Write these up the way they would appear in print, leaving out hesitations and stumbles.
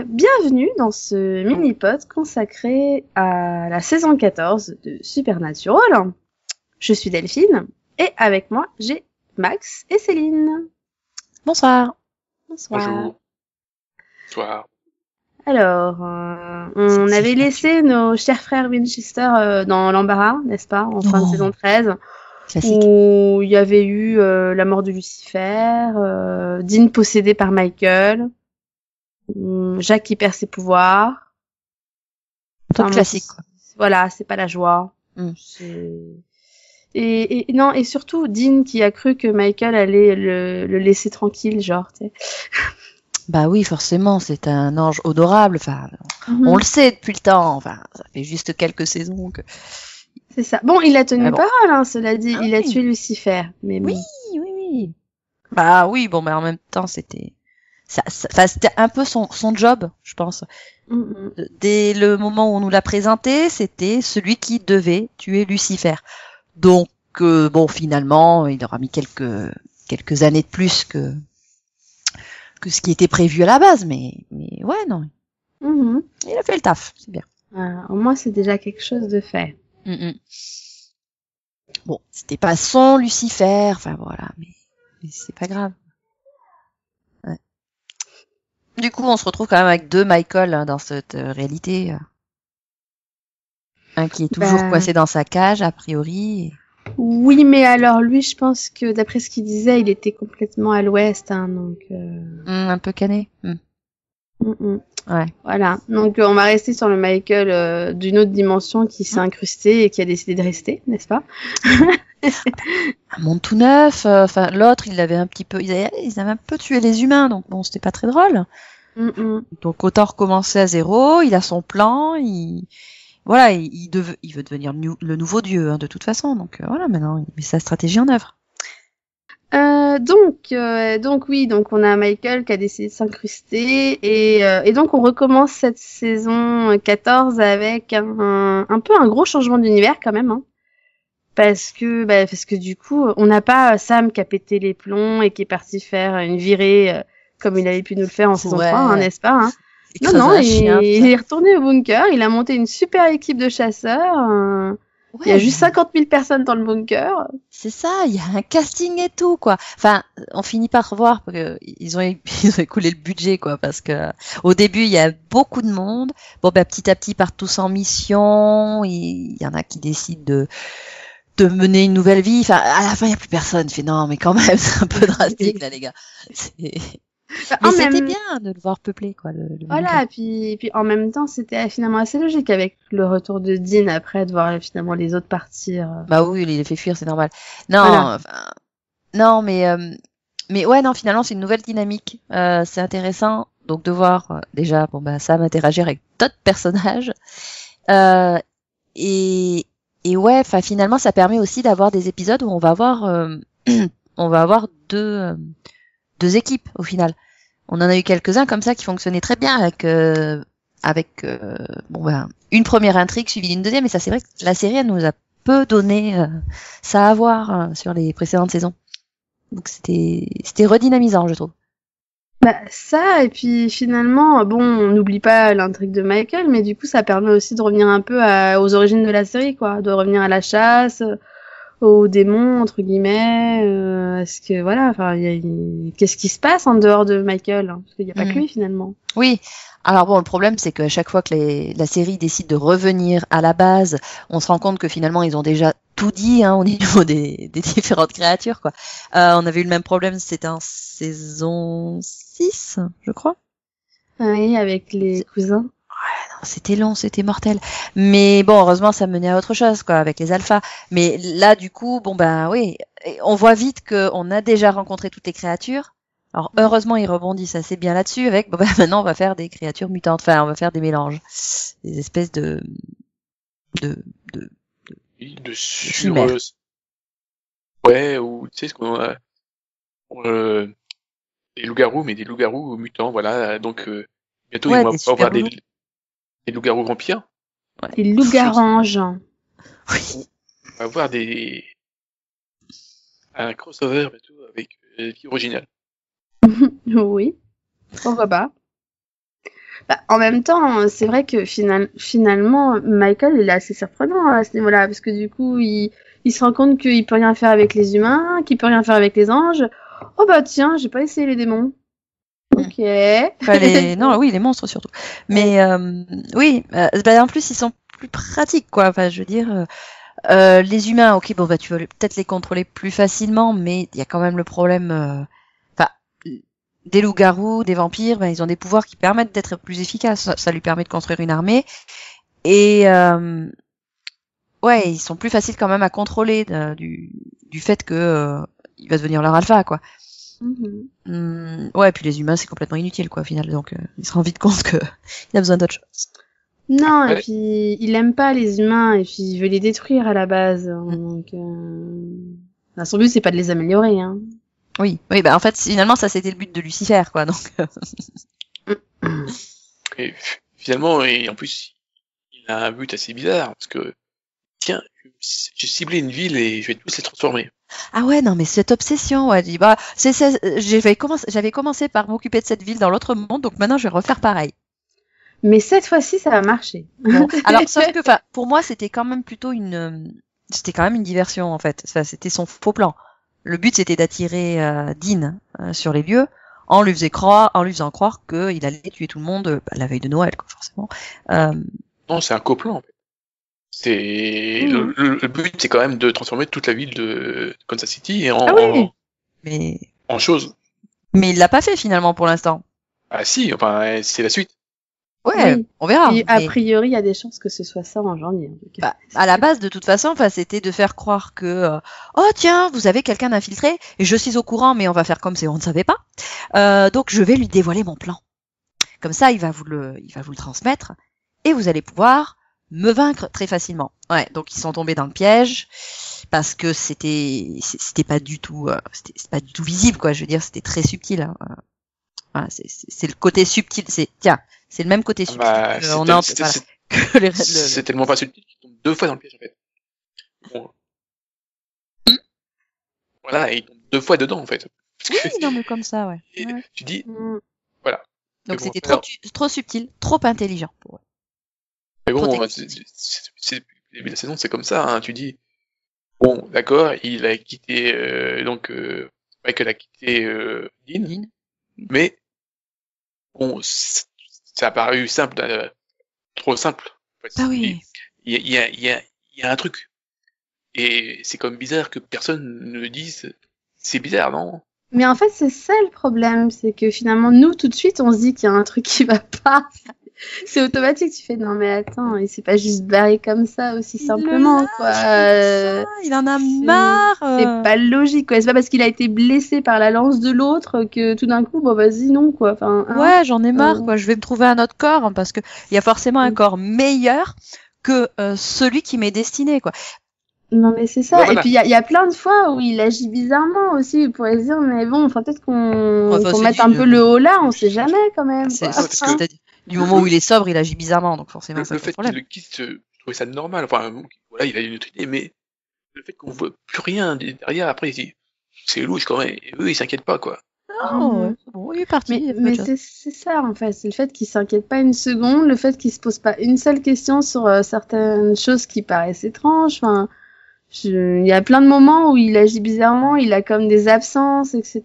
bienvenue dans ce mini-pod consacré à la saison 14 de Supernatural. Je suis Delphine et avec moi j'ai Max et Céline. Bonsoir. Bonsoir. Bonjour. Bonsoir. Alors, on avait laissé nos chers frères Winchester dans l'embarras, n'est-ce pas, en fin de saison 13. Classique. Où il y avait eu la mort de Lucifer, Dean possédé par Michael, Jacques qui perd ses pouvoirs. Top classique. Voilà, c'est pas la joie. Et non, et surtout Dean qui a cru que Michael allait le laisser tranquille, genre, tu sais. Bah oui, forcément, c'est un ange odorable. Enfin, on le sait depuis le temps. Enfin, ça fait juste quelques saisons que. C'est ça. Bon, il a tenu parole, hein, cela dit. Il a tué Lucifer. Mais oui. Bah oui, bon, mais en même temps, c'était un peu son job, je pense. Dès le moment où on nous l'a présenté, c'était celui qui devait tuer Lucifer. Donc, bon, finalement, il aura mis quelques années de plus que ce qui était prévu à la base, mais ouais, non. Il a fait le taf, c'est bien. Au moins, c'est déjà quelque chose de fait. Bon, c'était pas son Lucifer, enfin voilà, mais c'est pas grave. Ouais. Du coup, on se retrouve quand même avec deux Michael dans cette réalité. Un qui est toujours coincé dans sa cage, a priori. Oui, mais alors lui, je pense que d'après ce qu'il disait, il était complètement à l'ouest, hein, donc. Un peu cané. Ouais. Voilà. Donc on va rester sur le Michael d'une autre dimension qui s'est incrusté et qui a décidé de rester, n'est-ce pas? Un monde tout neuf. Enfin, l'autre, ils avaient un un peu tué les humains, donc bon, c'était pas très drôle. Donc autant recommencer à zéro. Il a son plan. Il veut devenir le nouveau dieu, hein, de toute façon. Donc voilà, maintenant il met sa stratégie en œuvre. Donc on a Michael qui a décidé de s'incruster et donc on recommence cette saison 14 avec un peu un gros changement d'univers quand même, hein. Parce que du coup on n'a pas Sam qui a pété les plombs et qui est parti faire une virée comme il avait pu nous le faire en saison 3, hein, n'est-ce pas, hein. Non, il est retourné au bunker, il a monté une super équipe de chasseurs. Ouais, il y a juste 50 000 personnes dans le bunker. C'est ça, il y a un casting et tout, quoi. Enfin, on finit par voir qu'ils ont écoulé le budget, quoi, parce que au début, il y a beaucoup de monde. Bon, petit à petit, ils partent tous en mission. Il y en a qui décident de mener une nouvelle vie. Enfin, à la fin, il n'y a plus personne. Il fait non, mais quand même, c'est un peu drastique, là, les gars. Mais c'était bien de le voir peupler, quoi. Voilà, puis en même temps, c'était finalement assez logique avec le retour de Dean après, de voir finalement les autres partir. Bah oui, il les fait fuir, c'est normal. Non, voilà. Non, mais ouais, non, finalement, c'est une nouvelle dynamique. C'est intéressant, donc de voir déjà, Sam interagir avec d'autres personnages. Et ouais, enfin, finalement, ça permet aussi d'avoir des épisodes où on va avoir deux équipes au final. On en a eu quelques-uns comme ça qui fonctionnaient très bien avec une première intrigue suivie d'une deuxième, et ça c'est vrai que la série elle nous a peu donné ça à voir sur les précédentes saisons. Donc c'était redynamisant, je trouve. Ça, et puis finalement, bon, on n'oublie pas l'intrigue de Michael, mais du coup ça permet aussi de revenir un peu aux origines de la série, quoi, de revenir à la chasse, aux démons, entre guillemets, est-ce que voilà, enfin, qu'est-ce qui se passe en dehors de Michael, hein, parce qu'il n'y a pas que lui finalement. Oui. Alors bon, le problème c'est qu'à chaque fois que la série décide de revenir à la base, on se rend compte que finalement ils ont déjà tout dit, hein, au niveau des différentes créatures, quoi. On avait eu le même problème, c'était en saison 6, je crois. Oui, avec les cousins. Ouais, non, c'était long, c'était mortel. Mais bon, heureusement, ça menait à autre chose, quoi, avec les alphas. Mais là, du coup, oui, on voit vite qu'on a déjà rencontré toutes les créatures. Alors, heureusement, ils rebondissent assez bien là-dessus avec, maintenant, on va faire des créatures mutantes. Enfin, on va faire des mélanges. Des espèces de ouais, ou, tu sais, ce qu'on a, des loups-garous, mais des loups-garous mutants, voilà. Donc, bientôt, ils vont avoir des loups-garous vampires. Ouais. Des loups-garanges. Oui. On va avoir un crossover et tout avec la vie originale. Oui. Pourquoi pas. Bah, en même temps, c'est vrai que finalement, Michael, il est assez surprenant à ce niveau-là, parce que du coup, il se rend compte qu'il peut rien faire avec les humains, qu'il peut rien faire avec les anges. Oh bah tiens, j'ai pas essayé les démons. Ok. Non, oui, les monstres surtout. Mais oui, en plus ils sont plus pratiques, quoi. Enfin, je veux dire, les humains, ok, bon, bah tu vas peut-être les contrôler plus facilement, mais il y a quand même le problème. Enfin, des loups-garous, des vampires, ben ils ont des pouvoirs qui permettent d'être plus efficaces. Ça lui permet de construire une armée. Et ouais, ils sont plus faciles quand même à contrôler du fait que il va devenir leur alpha, quoi. Ouais, puis les humains c'est complètement inutile, quoi, au final. Donc il se rend vite compte que il a besoin d'autre chose. Non, et puis il aime pas les humains et puis il veut les détruire à la base. Donc son but c'est pas de les améliorer, hein. Oui, bah en fait finalement ça c'était le but de Lucifer, quoi. Donc et finalement, et en plus il a un but assez bizarre parce que tiens, j'ai ciblé une ville et je vais tous les transformer. Ah ouais, non mais cette obsession, ouais, dit bah j'avais commencé par m'occuper de cette ville dans l'autre monde, donc maintenant je vais refaire pareil. Mais cette fois-ci, ça va marcher. Bon. Alors, sauf que, pour moi, c'était quand même plutôt c'était quand même une diversion, en fait. Enfin, c'était son faux plan. Le but, c'était d'attirer Dean sur les lieux, en lui faisant croire qu'il allait tuer tout le monde la veille de Noël, quoi, forcément. Non, c'est un coplan, en fait. C'est le but, c'est quand même de transformer toute la ville de Kansas City en chose. Mais il l'a pas fait finalement pour l'instant. Ah si, enfin, c'est la suite. Ouais, oui. On verra. Et a priori, il y a des chances que ce soit ça en janvier. Bah, à la base, de toute façon, c'était de faire croire que oh tiens, vous avez quelqu'un d'infiltré et je suis au courant, mais on va faire comme si on ne savait pas. Donc je vais lui dévoiler mon plan. Comme ça, il va vous le transmettre et vous allez pouvoir me vaincre très facilement. Ouais, donc ils sont tombés dans le piège parce que c'était pas du tout c'était pas du tout visible, quoi. Je veux dire, c'était très subtil. Hein. Voilà, c'est le côté subtil. C'est le même côté subtil. C'est tellement pas subtil qu'il tombe 2 fois dans le piège, en fait. Bon. Voilà, et il tombe 2 fois dedans, en fait. Oui, non, mais comme ça, ouais. Tu dis, voilà. Donc c'était trop subtil, trop intelligent pour eux. Mais bon, début de la saison, c'est comme ça, hein. Tu dis, bon, d'accord, il a quitté, Michael a quitté, Dean. Mais, bon, ça a paru simple, trop simple. En fait. Ah oui. Il y a un truc. Et c'est comme bizarre que personne ne dise, c'est bizarre, non? Mais en fait, c'est ça le problème, c'est que finalement, nous, tout de suite, on se dit qu'il y a un truc qui va pas. C'est automatique, tu fais, non mais attends, il s'est pas juste barré comme ça aussi simplement, quoi. Il en a marre. C'est pas logique, quoi. C'est pas parce qu'il a été blessé par la lance de l'autre que tout d'un coup, bon vas-y, non, quoi. Enfin, ouais, j'en ai marre, quoi. Je vais me trouver un autre corps, hein, parce que il y a forcément un corps meilleur que celui qui m'est destiné, quoi. Non mais c'est ça. Bon, voilà. Et puis il y a plein de fois où il agit bizarrement aussi. Il pourrait se dire mais bon, enfin peut-être qu'on mette un peu le haut là, on sait jamais quand même. C'est-à-dire du moment où il est sobre, il agit bizarrement, donc forcément. Le fait qu'il le quitte, je trouvais ça normal. Enfin voilà, il a une autre idée, mais le fait qu'on voit plus rien derrière, après il dit c'est louche quand même. Et eux ils s'inquiètent pas, quoi. Oh, bon, il est parti. Mais c'est ça en fait, c'est le fait qu'il s'inquiète pas une seconde, le fait qu'il se pose pas une seule question sur certaines choses qui paraissent étranges. Enfin. Il y a plein de moments où il agit bizarrement, il a comme des absences, etc.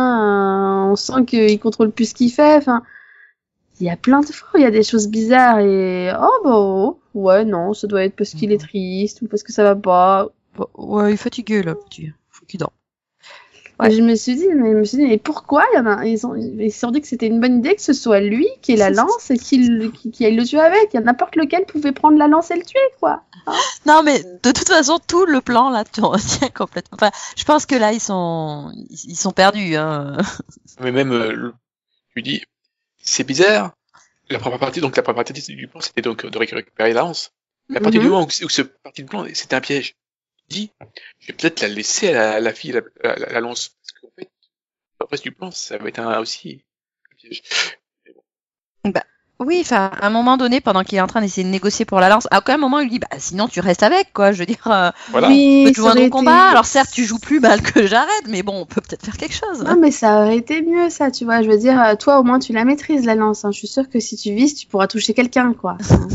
On sent qu'il contrôle plus ce qu'il fait. Enfin, il y a plein de fois où il y a des choses bizarres et ouais non, ça doit être parce qu'il est triste ou parce que ça va pas. Ouais, il est fatigué là, petit. Faut qu'il dorme. Ouais. Je me suis dit, mais pourquoi ils se sont dit que c'était une bonne idée que ce soit lui qui ait la lance et qu'il aille le tuer avec. Il y a n'importe lequel pouvait prendre la lance et le tuer, quoi. Hein, non, mais de toute façon, tout le plan là tient complètement. Enfin, je pense que là ils sont perdus. Hein. Mais même, tu dis, c'est bizarre. La première partie du plan, c'était donc de récupérer la lance. Mais à partir du moment où ce partie du plan, c'était un piège. Dit, je vais peut-être la laisser à la fille la lance, parce qu'en fait le reste du plan ça va être aussi un piège. Bon. Bah Oui, enfin, à un moment donné, pendant qu'il est en train d'essayer de négocier pour la lance, à aucun moment il lui dit, bah, sinon tu restes avec, quoi. Je veux dire, Voilà. Oui, tu peux te joindre au combat. Alors certes, tu joues plus mal que j'arrête, mais bon, on peut peut-être faire quelque chose. Non, mais ça aurait été mieux, ça, tu vois. Je veux dire, toi, au moins, tu la maîtrises, la lance. Hein. Je suis sûre que si tu vises, tu pourras toucher quelqu'un, quoi.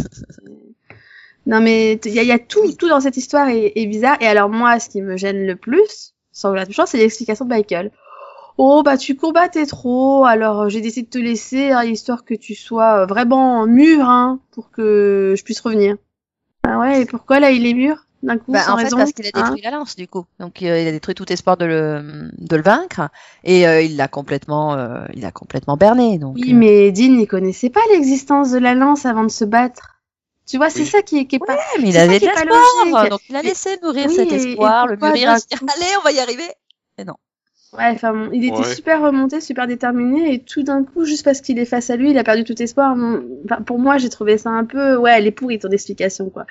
Non, mais il y a tout dans cette histoire est bizarre. Et alors, moi, ce qui me gêne le plus, sans la touchant, c'est l'explication de Michael. Oh, bah, tu combattais trop, alors j'ai décidé de te laisser, hein, histoire que tu sois vraiment mûr, hein, pour que je puisse revenir. Ah ouais, et pourquoi, là, il est mûr, d'un coup, sans En fait, raison, parce qu'il a hein détruit la lance, du coup. Donc, il a détruit tout espoir de le vaincre, et il l'a complètement berné. Donc, Oui, mais Dean, il connaissait pas l'existence de la lance avant de se battre. Tu vois, c'est ça qui est pas... Ouais, mais il c'est ça avait qui de est pas l'espoir, logique. donc il a laissé nourrir Oui, cet espoir, le pourquoi, mûrir, et d'un se dire, coup... allez, on va y arriver. Et non. Ouais, enfin, bon, il était Ouais. super remonté, super déterminé, et tout d'un coup, juste parce qu'il est face à lui, il a perdu tout espoir. Non, enfin, pour moi, j'ai trouvé ça un peu... Ouais, elle est pourrie, ton explication, quoi.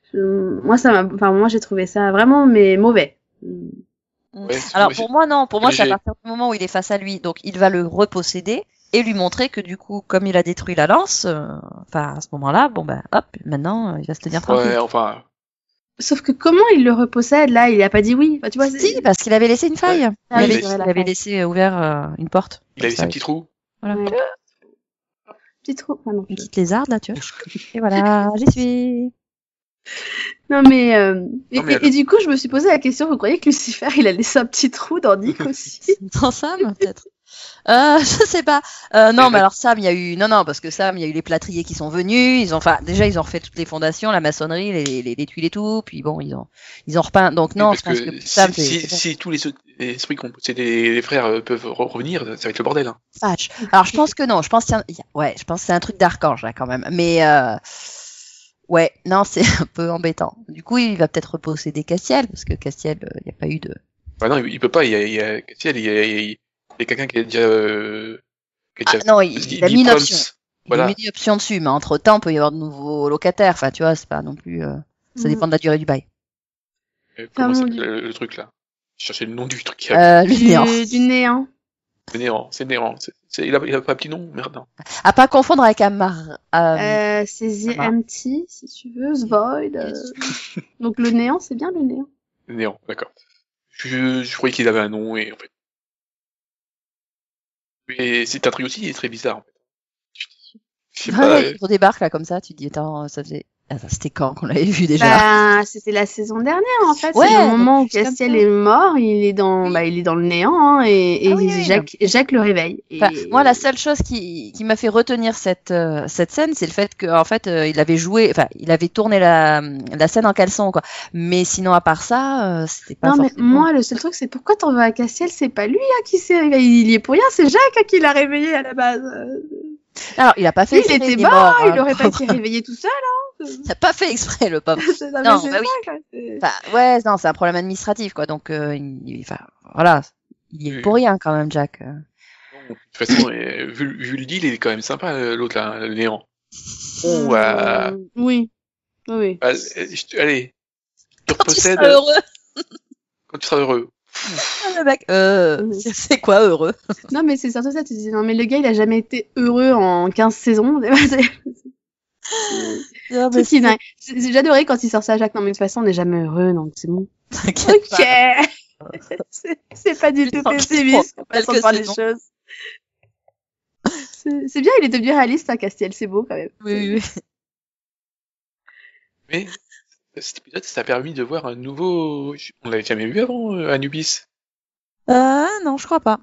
Moi, j'ai trouvé ça vraiment, mais mauvais. Ouais, Alors moi, pour moi non, pour moi c'est à j'ai- partir du moment où il est face à lui, donc il va le reposséder et lui montrer que du coup, comme il a détruit la lance, enfin à ce moment-là, bon ben hop, maintenant il va se tenir tranquille. Ouais, enfin. Sauf que comment il le repossède, là, il a pas dit oui. Enfin, tu vois, Si, parce qu'il avait laissé une faille. Ah Il oui, avait, c'est vrai, la il avait faille. laissé ouvert une porte. Il avait ses petits trous. Voilà. Ouais. Petit trou. Ah non, Une petite lézarde là, tu vois. Et voilà, j'y suis. Non, mais, Non, mais et du coup, je me suis posé la question, vous croyez que Lucifer, il a laissé un petit trou dans Nick aussi? Dans Sam, peut-être. Je sais pas. Non, mais alors Sam, il y a eu, non, parce que Sam, il y a eu les plâtriers qui sont venus. Déjà, ils ont refait toutes les fondations, la maçonnerie, les tuiles et tout. Puis bon, ils ont repeint. Donc non, parce je pense que que Sam, si tous les esprits qui ont possédé les frères peuvent revenir, ça va être le bordel. Hein. Patch. Alors je pense que non. Je pense je pense que c'est un truc d'archange là quand même. Mais ouais, non, c'est un peu embêtant. Du coup, il va peut-être reposséder Castiel parce que Castiel, il n'y a pas eu de. Bah non, il peut pas. Il y a Castiel, il y a quelqu'un qui a déjà. Non, il a mis une option. Voilà. Il a mis une option dessus, mais entre temps, il peut y avoir de nouveaux locataires. Enfin, tu vois, c'est pas non plus. Ça dépend de la durée du bail. Comment c'est le truc là? Je cherchais le nom du truc. Le néant. Du néant. C'est néant, c'est néant. Il a pas un petit nom, merde. Non. À pas confondre avec Amar. C'est The Empty, si tu veux, The Void. Donc le néant, c'est bien le néant. Le néant, d'accord. Je croyais qu'il avait un nom et en fait. Mais c'est un truc aussi, il est très bizarre en fait. Je sais pas. Il débarque là comme ça, tu te dis attends, ça faisait. Attends, c'était quand qu'on l'avait vu déjà? Bah, c'était la saison dernière en fait. Ouais, c'est le moment où Castiel est mort, il est dans le néant hein, et Jacques le réveille. Et... Enfin, moi, la seule chose qui m'a fait retenir cette scène, c'est le fait que en fait, il avait tourné la scène en caleçon quoi. Mais sinon, à part ça, c'était pas. Non mais moi, le seul truc, c'est pourquoi t'en veux à Castiel, c'est pas lui hein, qui s'est réveillé, il y est pour rien, c'est Jacques qui l'a réveillé à la base. Alors, il a pas fait exprès. Il était mort, il aurait pas été réveillé tout seul. Hein. Il a pas fait exprès, le pauvre. non, bah oui. Ouais, non, c'est un problème administratif, quoi. Donc, voilà, il est pour rien quand même, Jack. De toute façon, vu le deal, il est quand même sympa, l'autre là, le néant. Oui. Allez, tu repossèdes. Heureux. Quand tu seras heureux. Le mec, c'est quoi heureux? Non, mais c'est surtout ça, tu dis, non, mais le gars, il a jamais été heureux en 15 saisons. J'adorais quand il sort ça à Jacques. Non, mais de toute façon, on n'est jamais heureux, donc c'est bon. Ok. c'est pas du tout pessimiste. On passe par les choses. C'est bien, il est devenu réaliste, hein, Castiel. C'est beau, quand même. Oui. Mais, cet épisode, ça a permis de voir un nouveau... On l'avait jamais vu avant, Anubis. Non, je crois pas.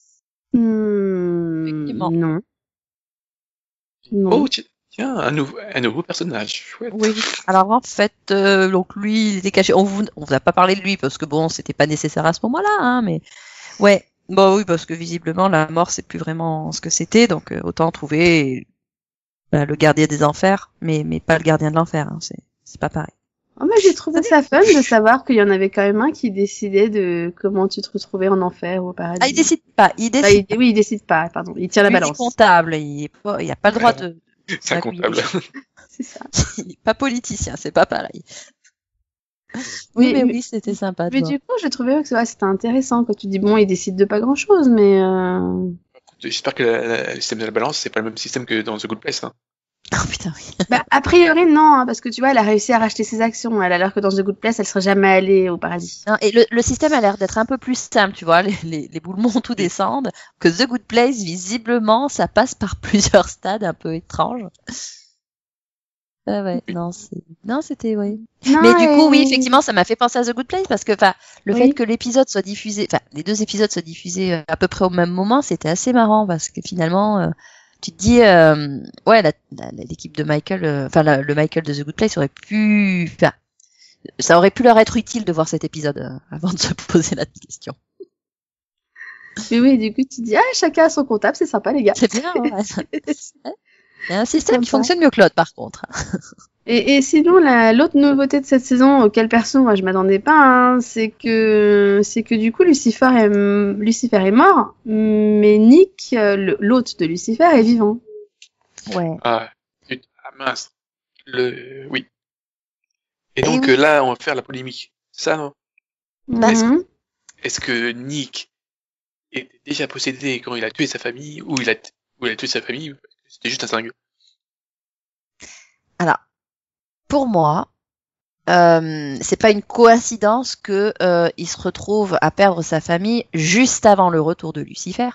Non. Oh, tiens, un nouveau personnage. Chouette. Oui. Alors en fait, donc lui, il était caché. On vous a pas parlé de lui parce que bon, c'était pas nécessaire à ce moment-là, hein. Mais ouais, bon oui, parce que visiblement la mort c'est plus vraiment ce que c'était, donc autant trouver le gardien des enfers, mais pas le gardien de l'enfer. Hein. C'est pas pareil. Oh, mais j'ai trouvé ça fun de savoir qu'il y en avait quand même un qui décidait de comment tu te retrouvais en enfer ou au paradis. Ah, il décide pas. Oui, il décide pas, pardon. Il tire la balance. Il est comptable, il a pas le droit de... C'est un comptable. C'est ça. Il est pas politicien, c'est pas pareil. Oui, c'était sympa. Mais du coup, j'ai trouvé que c'était intéressant quand tu dis bon, il décide de pas grand chose, mais J'espère que le système de la balance, c'est pas le même système que dans The Good Place, hein. Oh putain, oui. Bah, a priori, non, hein, parce que tu vois, elle a réussi à racheter ses actions, alors que dans The Good Place, elle serait jamais allée au paradis. Non, et le système a l'air d'être un peu plus simple, tu vois, les boules montent ou descendent, que The Good Place, visiblement, ça passe par plusieurs stades un peu étranges. Ouais, c'était, ouais. Non, mais du coup, oui, effectivement, ça m'a fait penser à The Good Place, parce que, le fait que l'épisode soit diffusé, les 2 épisodes soient diffusés à peu près au même moment, c'était assez marrant, parce que finalement, tu te dis, l'équipe de Michael, le Michael de The Good Place aurait pu, ça aurait pu leur être utile de voir cet épisode avant de se poser la question. Mais oui, du coup, tu te dis, chacun a son comptable, c'est sympa, les gars. C'est bien, ouais. Il y a un système qui fonctionne mieux que l'autre, par contre. Et sinon, l'autre nouveauté de cette saison, auquel perso, moi, je m'attendais pas, hein, c'est que du coup, Lucifer est mort, mais Nick, l'hôte de Lucifer, est vivant. Ouais. Ah mince. Oui. Et donc, là, on va faire la polémique. Ça, non? Est-ce que Nick était déjà possédé quand il a tué sa famille, ou il a tué sa famille, parce que c'était juste un cinglé? Alors, pour moi, c'est pas une coïncidence que il se retrouve à perdre sa famille juste avant le retour de Lucifer.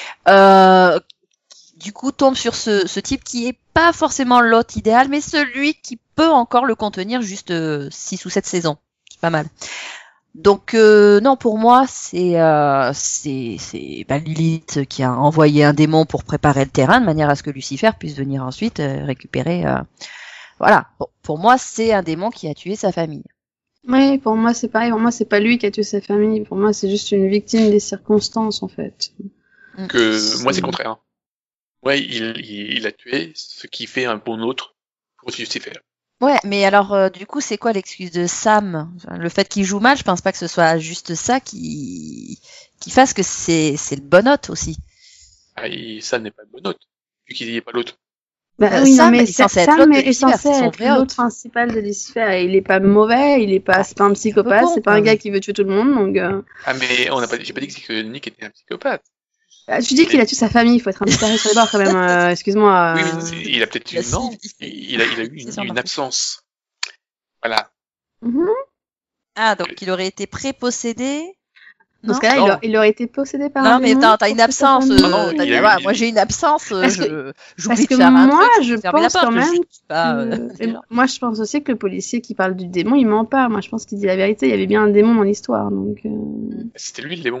Du coup, tombe sur ce type qui est pas forcément l'hôte idéal, mais celui qui peut encore le contenir juste 6 ou 7 saisons. C'est pas mal. Donc non, pour moi, c'est Lilith qui a envoyé un démon pour préparer le terrain de manière à ce que Lucifer puisse venir ensuite récupérer. Voilà. Bon, pour moi, c'est un démon qui a tué sa famille. Oui, pour moi, c'est pareil. Pour moi, c'est pas lui qui a tué sa famille. Pour moi, c'est juste une victime des circonstances, en fait. Moi, c'est le contraire. Ouais, il a tué ce qui fait un bon autre pour Lucifer. Ouais, mais alors, du coup, c'est quoi l'excuse de Sam? Le fait qu'il joue mal, je pense pas que ce soit juste ça qui fasse que c'est le bon hôte aussi. Sam n'est pas le bon hôte, vu qu'il n'y ait pas l'autre. Bah oui, non, mais Sam est censé être l'hôte principal de Lucifer, et il est pas mauvais, c'est pas un psychopathe, c'est pas un gars qui veut tuer tout le monde, donc. Mais j'ai pas dit que Nick était un psychopathe. Tu dis qu'il a tué sa famille, il faut être un peu sérieux sur les bords quand même. Excuse-moi. Oui, mais il a peut-être eu il a eu une absence. Voilà. Ah, donc il aurait été prépossédé. Dans ce cas-là, il aurait été possédé par un démon. Non, mais t'as une absence. Moi, j'ai une absence. J'oublie de faire un truc. Je pense quand même. Moi, je pense aussi que le policier qui parle du démon, il ment pas. Moi, je pense qu'il dit la vérité. Il y avait bien un démon dans l'histoire, donc. C'était lui le démon.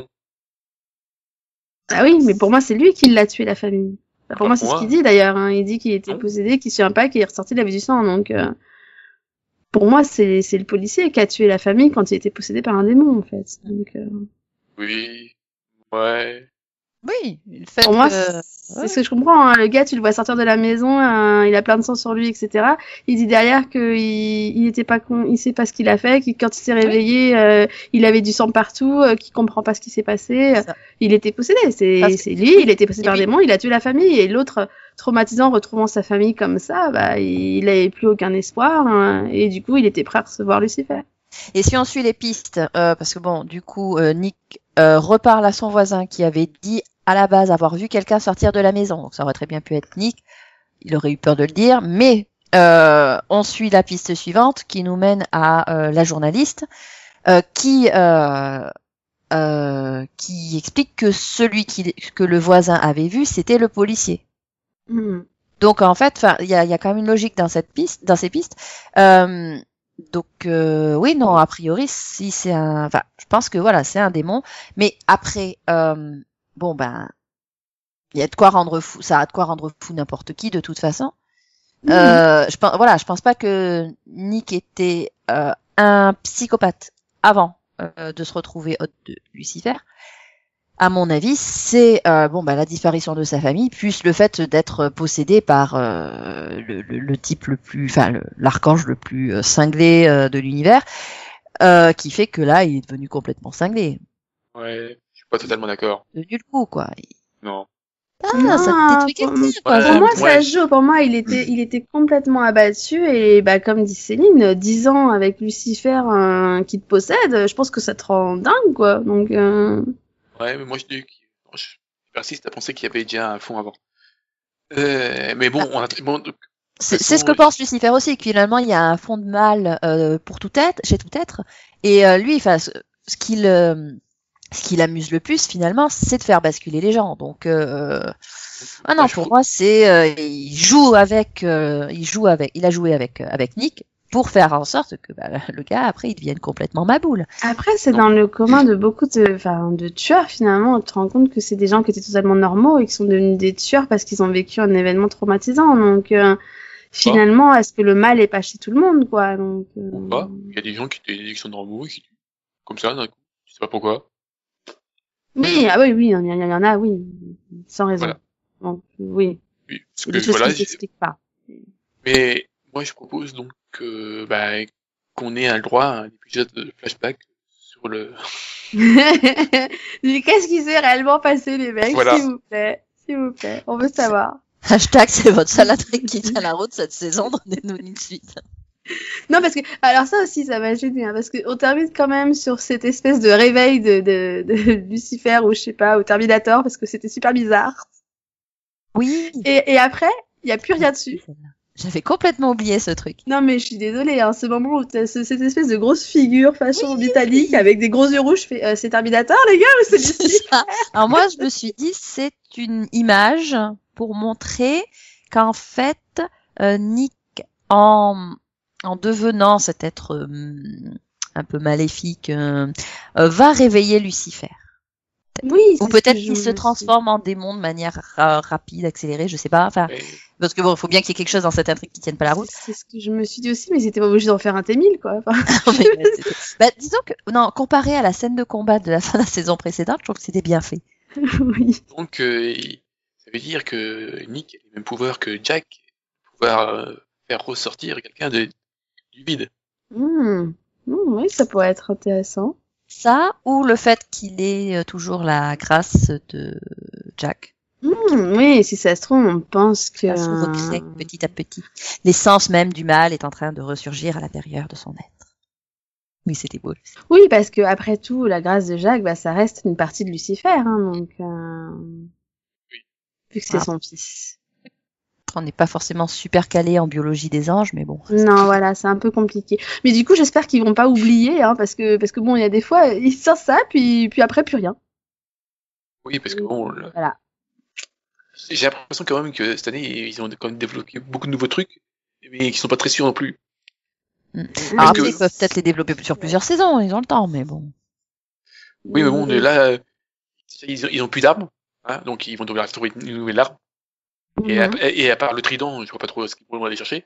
Ah oui, mais pour moi, c'est lui qui l'a tué, la famille. Pour moi, c'est ce qu'il dit d'ailleurs. Hein. Il dit qu'il était possédé, qu'il se souvient pas, qu'il est ressorti de la vie du sang. Donc, pour moi, c'est le policier qui a tué la famille quand il était possédé par un démon, en fait. Donc, oui, ouais. Oui, le fait pour moi, c'est ce que je comprends. Hein. Le gars, tu le vois sortir de la maison, il a plein de sang sur lui, etc. Il dit derrière qu'il était pas con, il sait pas ce qu'il a fait, que quand il s'est réveillé, il avait du sang partout, qu'il comprend pas ce qui s'est passé. Il était possédé. C'est lui, il était possédé par un démon, il a tué la famille, et l'autre, traumatisant, retrouvant sa famille comme ça, il avait plus aucun espoir, hein, et du coup, il était prêt à recevoir Lucifer. Et si on suit les pistes, parce que bon, du coup, Nick reparle à son voisin qui avait dit à la base avoir vu quelqu'un sortir de la maison, donc ça aurait très bien pu être Nick, il aurait eu peur de le dire, mais on suit la piste suivante qui nous mène à la journaliste qui explique que celui que le voisin avait vu, c'était le policier. Donc en fait, il y a quand même une logique dans ces pistes. Donc oui, non, a priori, si c'est je pense que voilà, c'est un démon. Mais après, bon ben, il y a de quoi rendre fou. Ça a de quoi rendre fou n'importe qui de toute façon. Je pense pas que Nick était un psychopathe avant de se retrouver hôte de Lucifer. À mon avis, c'est la disparition de sa famille, plus le fait d'être possédé par le type le plus, l'archange le plus cinglé de l'univers, qui fait que là, il est devenu complètement cinglé. Ouais, je suis pas totalement d'accord. Devenu le coup, quoi. Non. Ah, ça te détruit quelqu'un, quoi. Pour moi, ça se joue. Pour moi, il était complètement abattu, et comme dit Céline, 10 ans avec Lucifer qui te possède, je pense que ça te rend dingue, quoi. Donc. Ouais, mais moi je persiste à penser qu'il y avait déjà un fond avant. Mais bon, C'est ce que pense Lucifer aussi, que finalement il y a un fond de mal pour tout être, chez tout être, et lui, enfin, ce qui l'amuse le plus finalement, c'est de faire basculer les gens. Donc, ah non, pour moi, c'est il a joué avec Nick pour faire en sorte que le gars après il devienne complètement maboule. Après, c'est dans le commun de beaucoup de tueurs finalement. On te rend compte que c'est des gens qui étaient totalement normaux et qui sont devenus des tueurs parce qu'ils ont vécu un événement traumatisant. Donc finalement, est-ce que le mal est pas chez tout le monde, quoi? Donc il y a des gens qui sont normaux et qui tuent comme ça d'un coup. Je sais pas pourquoi. Oui, ah oui, il y en a, oui, sans raison. Voilà. Donc oui. Oui, parce que des choses qui s'expliquent pas. Mais moi, je propose donc qu'on ait un droit à un épisode de flashback sur le. Qu'est-ce qui s'est réellement passé, les mecs? Voilà. S'il vous plaît, on veut savoir. Hashtag, c'est votre seul intrigue qui tient la route cette saison, donnez-nous une suite. Non, parce que, alors ça aussi, ça m'a gêné, hein, parce qu'on termine quand même sur cette espèce de réveil de Lucifer, ou je sais pas, ou Terminator, parce que c'était super bizarre. Oui. Et après, il y a plus rien dessus. J'avais complètement oublié ce truc. Non, mais je suis désolée, hein, ce moment où t'as cette espèce de grosse figure façon métallique avec des gros yeux rouges, c'est Terminator, les gars, ou c'est Lucifer? Alors moi, je me suis dit, c'est une image pour montrer qu'en fait, Nick, en devenant cet être un peu maléfique, va réveiller Lucifer. Oui, ou peut-être qu'il se transforme en démon de manière rapide, accélérée, je sais pas. Enfin, parce que bon, il faut bien qu'il y ait quelque chose dans cette intrigue qui tienne pas la route. C'est ce que je me suis dit aussi, mais c'était pas obligé d'en faire un T-1000, quoi. Enfin... disons que, non, comparé à la scène de combat de la fin de la saison précédente, je trouve que c'était bien fait. Oui. Donc, ça veut dire que Nick a les mêmes pouvoirs que Jack, pouvoir faire ressortir quelqu'un du vide. Oui, ça pourrait être intéressant. Ça, ou le fait qu'il ait toujours la grâce de Jack. Oui, si ça se trouve, on pense que... Ça se recrée petit à petit. L'essence même du mal est en train de ressurgir à l'intérieur de son être. Oui, c'était beau. Oui, parce que après tout, la grâce de Jack, ça reste une partie de Lucifer, hein, donc... Oui. Vu que c'est son fils. On n'est pas forcément super calé en biologie des anges, mais bon. Non, voilà, c'est un peu compliqué. Mais du coup, j'espère qu'ils vont pas oublier, hein, parce que bon, il y a des fois, ils sortent ça, puis après, plus rien. Oui, parce que bon... Voilà. J'ai l'impression quand même que cette année, ils ont quand même développé beaucoup de nouveaux trucs, mais qui sont pas très sûrs non plus. Alors après, ils peuvent peut-être les développer sur plusieurs saisons, ils ont le temps, mais bon. Oui, mais bon, là, ils ont plus d'armes, hein, donc ils vont devoir trouver une nouvelle arme. Et à part le trident, je vois pas trop ce qu'ils vont aller chercher.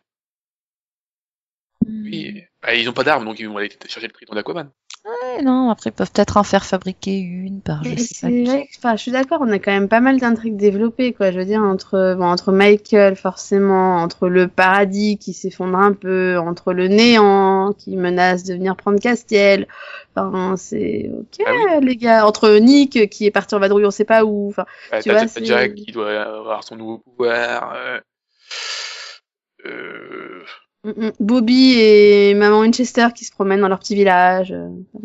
Oui, ils ont pas d'armes, donc ils vont aller chercher le trident d'Aquaman. Ouais, non, après ils peuvent peut-être en faire fabriquer une par je sais pas. Enfin, je suis d'accord, on a quand même pas mal d'intrigues développées, quoi. Je veux dire, entre Michael, forcément, entre le paradis qui s'effondre un peu, entre le néant qui menace de venir prendre Castiel. Enfin, c'est ok, les gars. Entre Nick qui est parti en vadrouille, on sait pas où. Enfin, tu vois, c'est Jack qui doit avoir son nouveau pouvoir. Bobby et maman Winchester qui se promènent dans leur petit village.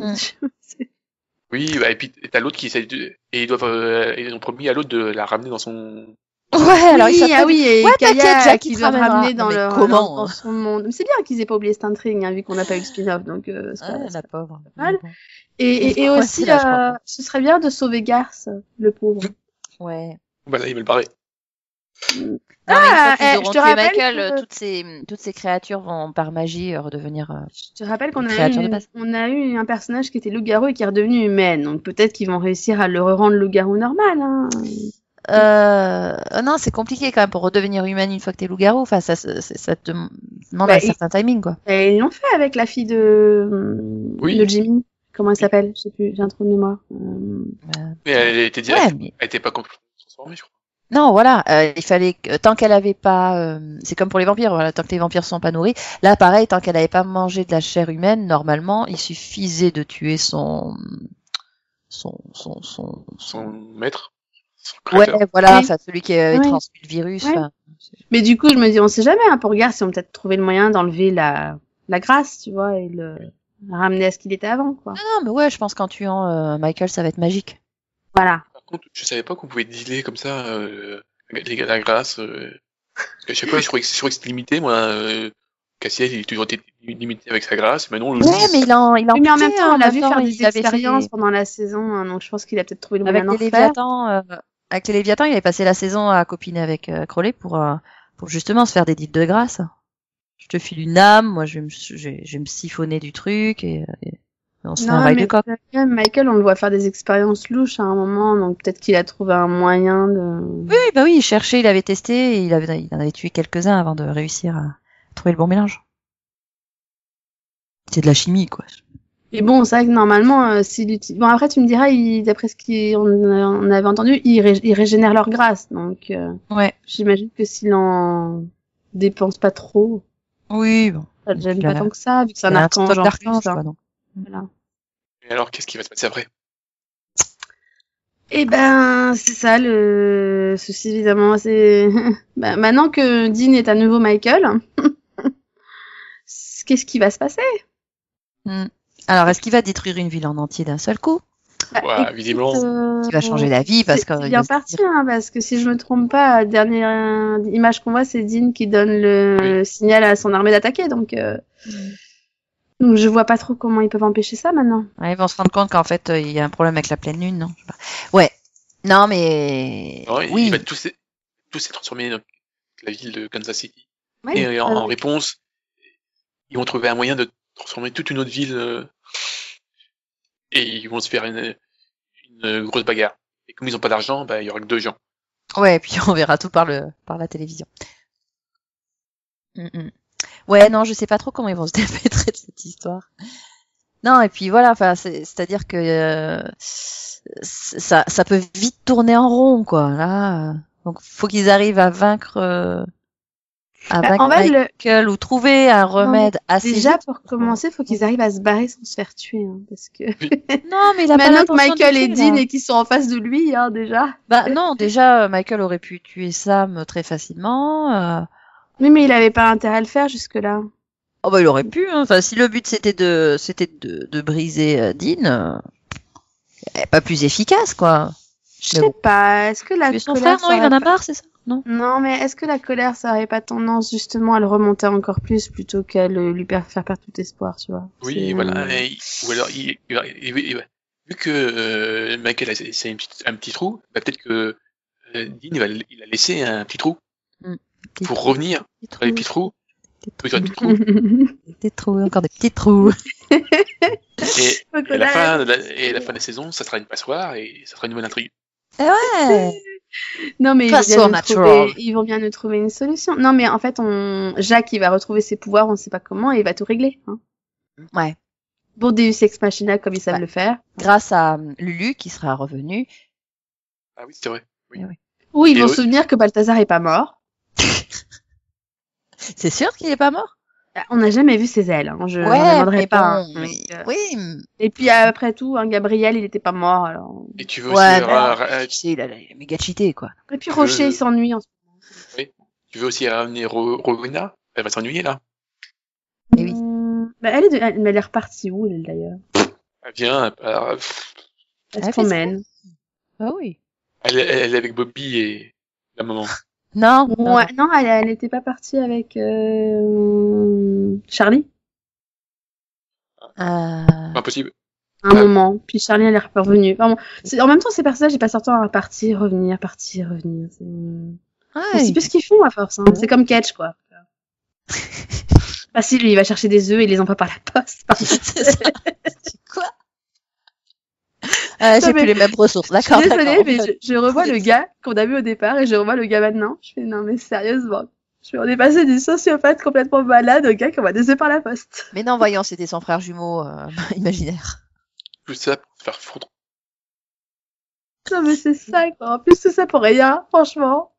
Oui, et puis t'as l'autre qui essaie et ils ont promis à l'autre de la ramener dans son... Ouais, alors ils s'appellent... et Kaya Jack qui doit ramener dans comment dans son monde. Mais c'est bien qu'ils aient pas oublié cette intrigue, hein, vu qu'on n'a pas eu le spin-off, donc c'est la pauvre. Mal. Et aussi, ce serait bien de sauver Garth, le pauvre. Ouais. Bah là, il veut le barrer. Je te rappelle Michael, toutes ces créatures vont par magie redevenir. Je te rappelle qu'on a eu un personnage qui était loup-garou et qui est redevenu humaine, donc peut-être qu'ils vont réussir à le rendre loup-garou normal. Hein. Non, c'est compliqué quand même pour redevenir humaine une fois que t'es loup-garou. Enfin, ça te demande un certain timing, quoi. Et ils l'ont fait avec la fille de Jimmy. Comment elle s'appelle? Je sais plus, j'ai un trou de mémoire. Mais elle était directe. Elle était pas complètement transformée, je crois. Non, voilà, il fallait que, tant qu'elle avait pas, c'est comme pour les vampires, voilà, tant que les vampires sont pas nourris. Là, pareil, tant qu'elle avait pas mangé de la chair humaine, normalement, il suffisait de tuer son maître. Ouais, voilà, enfin, celui qui avait transmis le virus. Ouais. Mais du coup, je me dis, on sait jamais, hein, pour regarder si on peut peut-être trouver le moyen d'enlever la grâce, tu vois, et le ramener à ce qu'il était avant, quoi. Non, mais ouais, je pense qu'en tuant Michael, ça va être magique. Voilà. Par contre, je savais pas qu'on pouvait dealer comme ça la grâce. À chaque fois, je croyais que c'était limité, moi. Cassiel, il a toujours été limité avec sa grâce, mais non, Ouais, mais il en mais en même fait, temps, on l'a vu faire des il avait expériences fait... pendant la saison, hein, donc je pense qu'il a peut-être trouvé le moyen Avec d'en les refaire. Léviathans, avec les Léviathans, il avait passé la saison à copiner avec Crowley pour justement se faire des deals de grâce. Je te file une âme, moi je vais me siphonner du truc et on se fait un bail de coq. Michael, on le voit faire des expériences louches à un moment, donc peut-être qu'il a trouvé un moyen de... Oui, il cherchait, il avait testé, et il en avait tué quelques-uns avant de réussir à trouver le bon mélange. C'est de la chimie, quoi. Et bon, c'est vrai que normalement, bon après tu me diras, d'après ce qu'on avait entendu, ils régénèrent leur grâce, donc ouais. J'imagine que s'il en dépense pas trop, oui, bon, ça ne gêne pas tant que ça, vu que c'est un archange en plus. Quoi, donc. Voilà. Et alors, qu'est-ce qui va se passer après? Eh ben, c'est ça le souci évidemment, c'est maintenant que Dean est à nouveau Michael, qu'est-ce qui va se passer? Alors, est-ce qu'il va détruire une ville en entier d'un seul coup? Ouais, visiblement. Qui va changer la vie parce que. C'est bien parti, hein, parce que si je me trompe pas, la dernière image qu'on voit, c'est Dean qui donne le signal à son armée d'attaquer, donc. Donc je vois pas trop comment ils peuvent empêcher ça maintenant. Ouais, ils vont se rendre compte qu'en fait il y a un problème avec la pleine lune, non? Ouais. Non mais. Non, oui. Il va tous s'est transformé dans la ville de Kansas City. Ouais, et en réponse, ils vont trouver un moyen de transformer toute une autre ville et ils vont se faire une grosse bagarre. Et comme ils ont pas d'argent, bah il y aura que 2 gens. Ouais, et puis on verra tout par la télévision. Ouais, non, je sais pas trop comment ils vont se dépêtrer de cette histoire. Non, et puis voilà, enfin, c'est-à-dire que ça peut vite tourner en rond, quoi. Là, donc faut qu'ils arrivent à vaincre Michael ou trouver un remède assez. Déjà, pour commencer, faut qu'ils arrivent à se barrer sans se faire tuer, hein, parce que. Non, mais il a maintenant que Michael et Dean et qu'ils sont en face de lui, hein, déjà. Bah non, déjà Michael aurait pu tuer Sam très facilement. Oui, mais il avait pas intérêt à le faire jusque-là. Oh bah il aurait pu. Hein. Enfin, si le but c'était de briser Dean, pas plus efficace quoi. Je sais pas. Est-ce que la colère son frère, non, il en a marre, c'est ça? Non. Non, mais est-ce que la colère, ça aurait pas tendance justement à le remonter encore plus plutôt qu'à lui faire perdre tout espoir, tu vois? Oui, voilà. Ou alors vu que Michael c'est un petit trou, bah peut-être que Dean il a laissé un petit trou pour revenir dans les petits trous. Des trous, encore des petits trous. Et la fin de la saison, ça sera une passoire et ça sera une nouvelle intrigue. Ouais. Non, mais ils vont bien nous trouver une solution. Non, mais en fait, Jacques, il va retrouver ses pouvoirs, on sait pas comment, et il va tout régler. Hein. Ouais. Bon, Deus Ex Machina, comme ils savent le faire. Grâce à Lulu, qui sera revenu. Ah oui, c'est vrai. Oui. Ou ils vont se souvenir que Balthazar est pas mort. C'est sûr qu'il est pas mort? On n'a jamais vu ses ailes, hein. Je n'en demanderai pas. Bon, oui. Et puis après tout, Gabriel, il était pas mort, alors. Et tu veux aussi il a méga cheaté, quoi. Et puis Rocher, il s'ennuie en ce moment. Oui. Tu veux aussi ramener Rowena? Elle va s'ennuyer, là. Eh oui. Bah, elle est repartie où, elle, d'ailleurs? Elle vient, elle se promène. Ah oui. Elle est avec Bobby et la maman. Non. Ouais, non, elle n'était pas partie avec Charlie. Impossible. Un moment. Puis Charlie, elle est revenue. Enfin, bon, en même temps, ces personnages, ils passent leur temps à partir, revenir. C'est plus ce qu'ils font à force. Hein. C'est comme Catch, quoi. Ah si, lui, il va chercher des œufs et il les envoie par la poste. C'est ça. C'est quoi? J'ai plus les mêmes ressources, d'accord. Je suis désolée, mais je revois le gars qu'on a vu au départ et je revois le gars maintenant. Je fais, non, mais sérieusement. On est passé du sociopathe complètement malade au gars qui envoie des œufs par la poste. Mais non, voyons, c'était son frère jumeau imaginaire. Tout ça pour se faire foutre. Non, mais c'est ça, quoi. En plus, tout ça pour rien, franchement.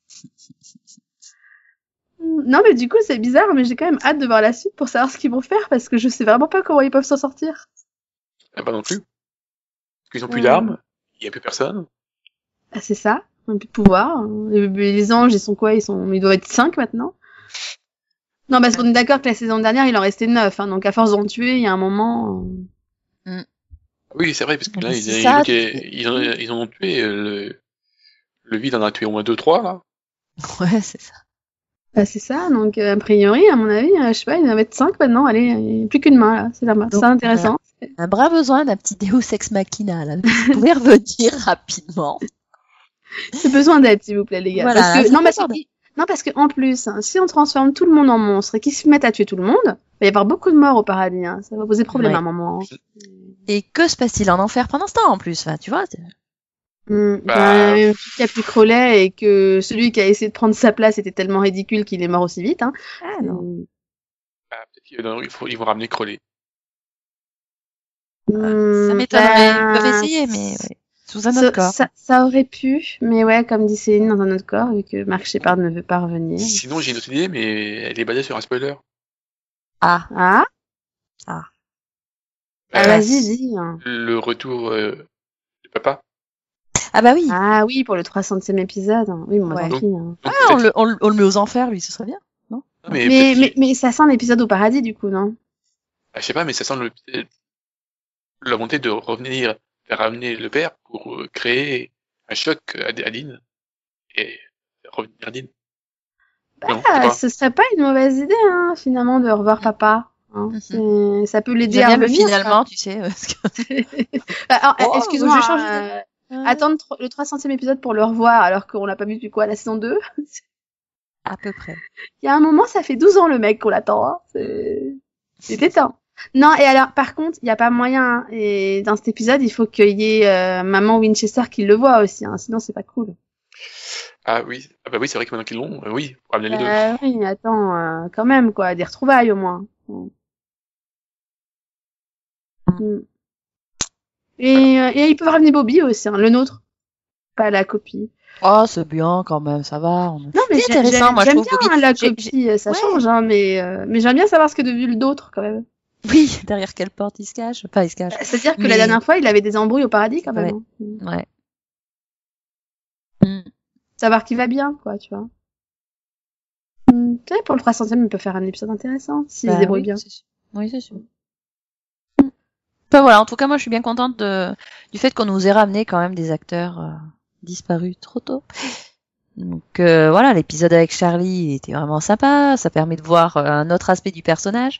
Non, mais du coup, c'est bizarre, mais j'ai quand même hâte de voir la suite pour savoir ce qu'ils vont faire parce que je sais vraiment pas comment ils peuvent s'en sortir. Ah, pas non plus. Parce qu'ils ont plus d'armes, il y a plus personne. Ah, c'est ça. Ils ont plus de pouvoir. Les anges, ils sont quoi? Ils doivent être 5 maintenant. Non, parce qu'on est d'accord que la saison dernière, il en restait 9, hein, donc à force d'en tuer, il y a un moment. Oui, c'est vrai, parce que là, ils en ont tué, le vide en a tué au moins 2-3, là. Ouais, c'est ça. Bah, c'est ça, donc a priori, à mon avis, je sais pas, il va être 5 maintenant, allez, il n'y a plus qu'une main là, c'est intéressant. Un bras besoin d'un petit Deus Ex Machina là, vous pouvez revenir rapidement. J'ai besoin d'aide, s'il vous plaît, les gars. Voilà, parce que en plus, hein, si on transforme tout le monde en monstre et qu'ils se mettent à tuer tout le monde, il va y avoir beaucoup de morts au paradis, hein. Ça va poser problème à un moment. Hein. Et que se passe-t-il en enfer pendant ce temps en plus, enfin, tu vois il y a plus Crowley et que celui qui a essayé de prendre sa place était tellement ridicule qu'il est mort aussi vite. Hein. Ah non. Peut-être qu'ils vont ramener Crowley. Ça m'étonnerait. Ils peuvent essayer, mais ouais. Sous un autre corps. Ça aurait pu, mais ouais, comme dit Céline, dans un autre corps, vu que Mark Shepard ne veut pas revenir. Sinon, j'ai une autre idée, mais elle est basée sur un spoiler. Ah, vas-y, dis. Le retour de papa. Ah bah oui. Ah oui, pour le 300e épisode. Oui, bon, tant pis. Hein. On le met aux enfers, lui, ce serait bien, non? Mais ça sent l'épisode au paradis, du coup, non? Je sais pas, mais ça sent la volonté de ramener le père pour créer un choc à Dean et revenir Dean. Non, ce serait pas une mauvaise idée, hein, finalement, de revoir papa. Hein. Ça peut l'aider à revenir. Finalement, tu sais. Alors, excuse-moi, je change. Attendre le 300e épisode pour le revoir alors qu'on l'a pas vu depuis quoi, la saison 2? À peu près. Il y a un moment, ça fait 12 ans le mec qu'on l'attend. Hein. C'était temps. Non, et alors, par contre, il n'y a pas moyen. Hein. Et dans cet épisode, il faut qu'il y ait maman Winchester qui le voit aussi. Hein. Sinon, c'est pas cool. Ah oui, bah oui, c'est vrai que maintenant qu'ils l'ont, oui, pour ramener les deux. Oui, attends, quand même, quoi, des retrouvailles au moins. Et ils peuvent ramener Bobby aussi, hein, le nôtre, pas la copie. Oh, c'est bien quand même, ça va. Non, mais c'est intéressant, moi je trouve bien Bobby. La copie, ça change, hein, mais j'aime bien savoir ce que est devenu d'autre quand même. Oui, derrière quelle porte il se cache? Enfin, il se cache. C'est-à-dire que la dernière fois, il avait des embrouilles au paradis quand même. Ouais. Savoir qui va bien, quoi, tu vois. Tu sais, pour le 300e, il peut faire un épisode intéressant, s'il se débrouille bien. Oui, c'est sûr. Enfin, voilà, en tout cas, moi, je suis bien contente du fait qu'on nous ait ramené quand même des acteurs disparus trop tôt. Donc voilà, l'épisode avec Charlie était vraiment sympa, ça permet de voir un autre aspect du personnage.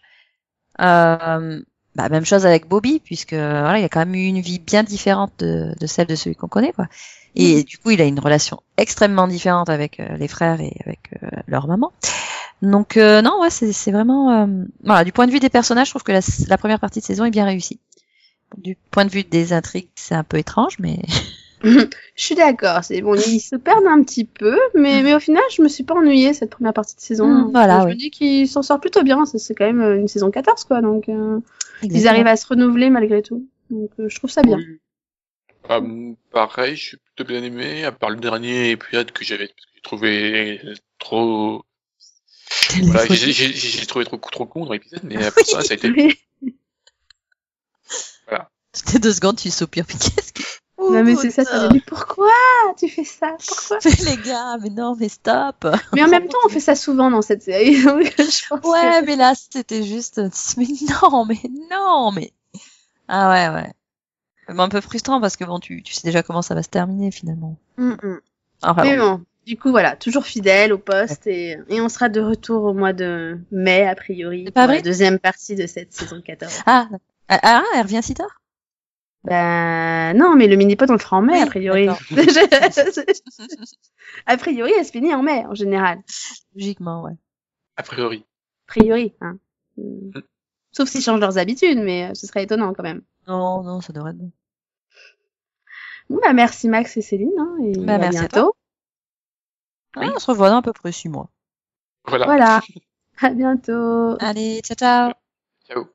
Même chose avec Bobby, puisque voilà, il a quand même eu une vie bien différente de celle de celui qu'on connaît, quoi. Et du coup, il a une relation extrêmement différente avec les frères et avec leur maman. Donc non, ouais, c'est vraiment voilà, du point de vue des personnages, je trouve que la première partie de saison est bien réussie. Du point de vue des intrigues, c'est un peu étrange, mais je suis d'accord, c'est bon, ils se perdent un petit peu, mais au final, je me suis pas ennuyée cette première partie de saison. Voilà, je me dis qu'ils s'en sortent plutôt bien, c'est quand même une saison 14, quoi, donc ils arrivent à se renouveler malgré tout. Donc je trouve ça bien. Pareil, je suis plutôt bien aimé, à part le dernier épisode que j'ai trouvé trop... Voilà, j'ai trouvé trop con dans l'épisode, mais après ça a été... Voilà. Toutes les 2 secondes, tu soupires, mais qu'est-ce que... Non, mais c'est ça me dit, pourquoi tu fais ça? Pourquoi? Les gars, mais non, mais stop! Mais en même temps, on fait ça souvent dans cette série, donc je pense mais là, c'était juste, mais non, mais... Ah ouais. C'est un peu frustrant parce que bon, tu sais déjà comment ça va se terminer finalement. Enfin, mais bon, du coup voilà, toujours fidèle au poste et on sera de retour au mois de mai a priori pour la deuxième partie de cette saison 14. Elle revient si tard? Non, mais le mini-pod on le fera en mai a priori. A priori, elle se finit en mai en général. Logiquement, ouais. A priori, hein. Sauf s'ils changent leurs habitudes, mais ce serait étonnant quand même. Non, ça devrait être bon. Bon, merci Max et Céline, hein, et merci bientôt. On se revoit dans à peu près 6 mois. Voilà. À bientôt. Allez, ciao. Ciao.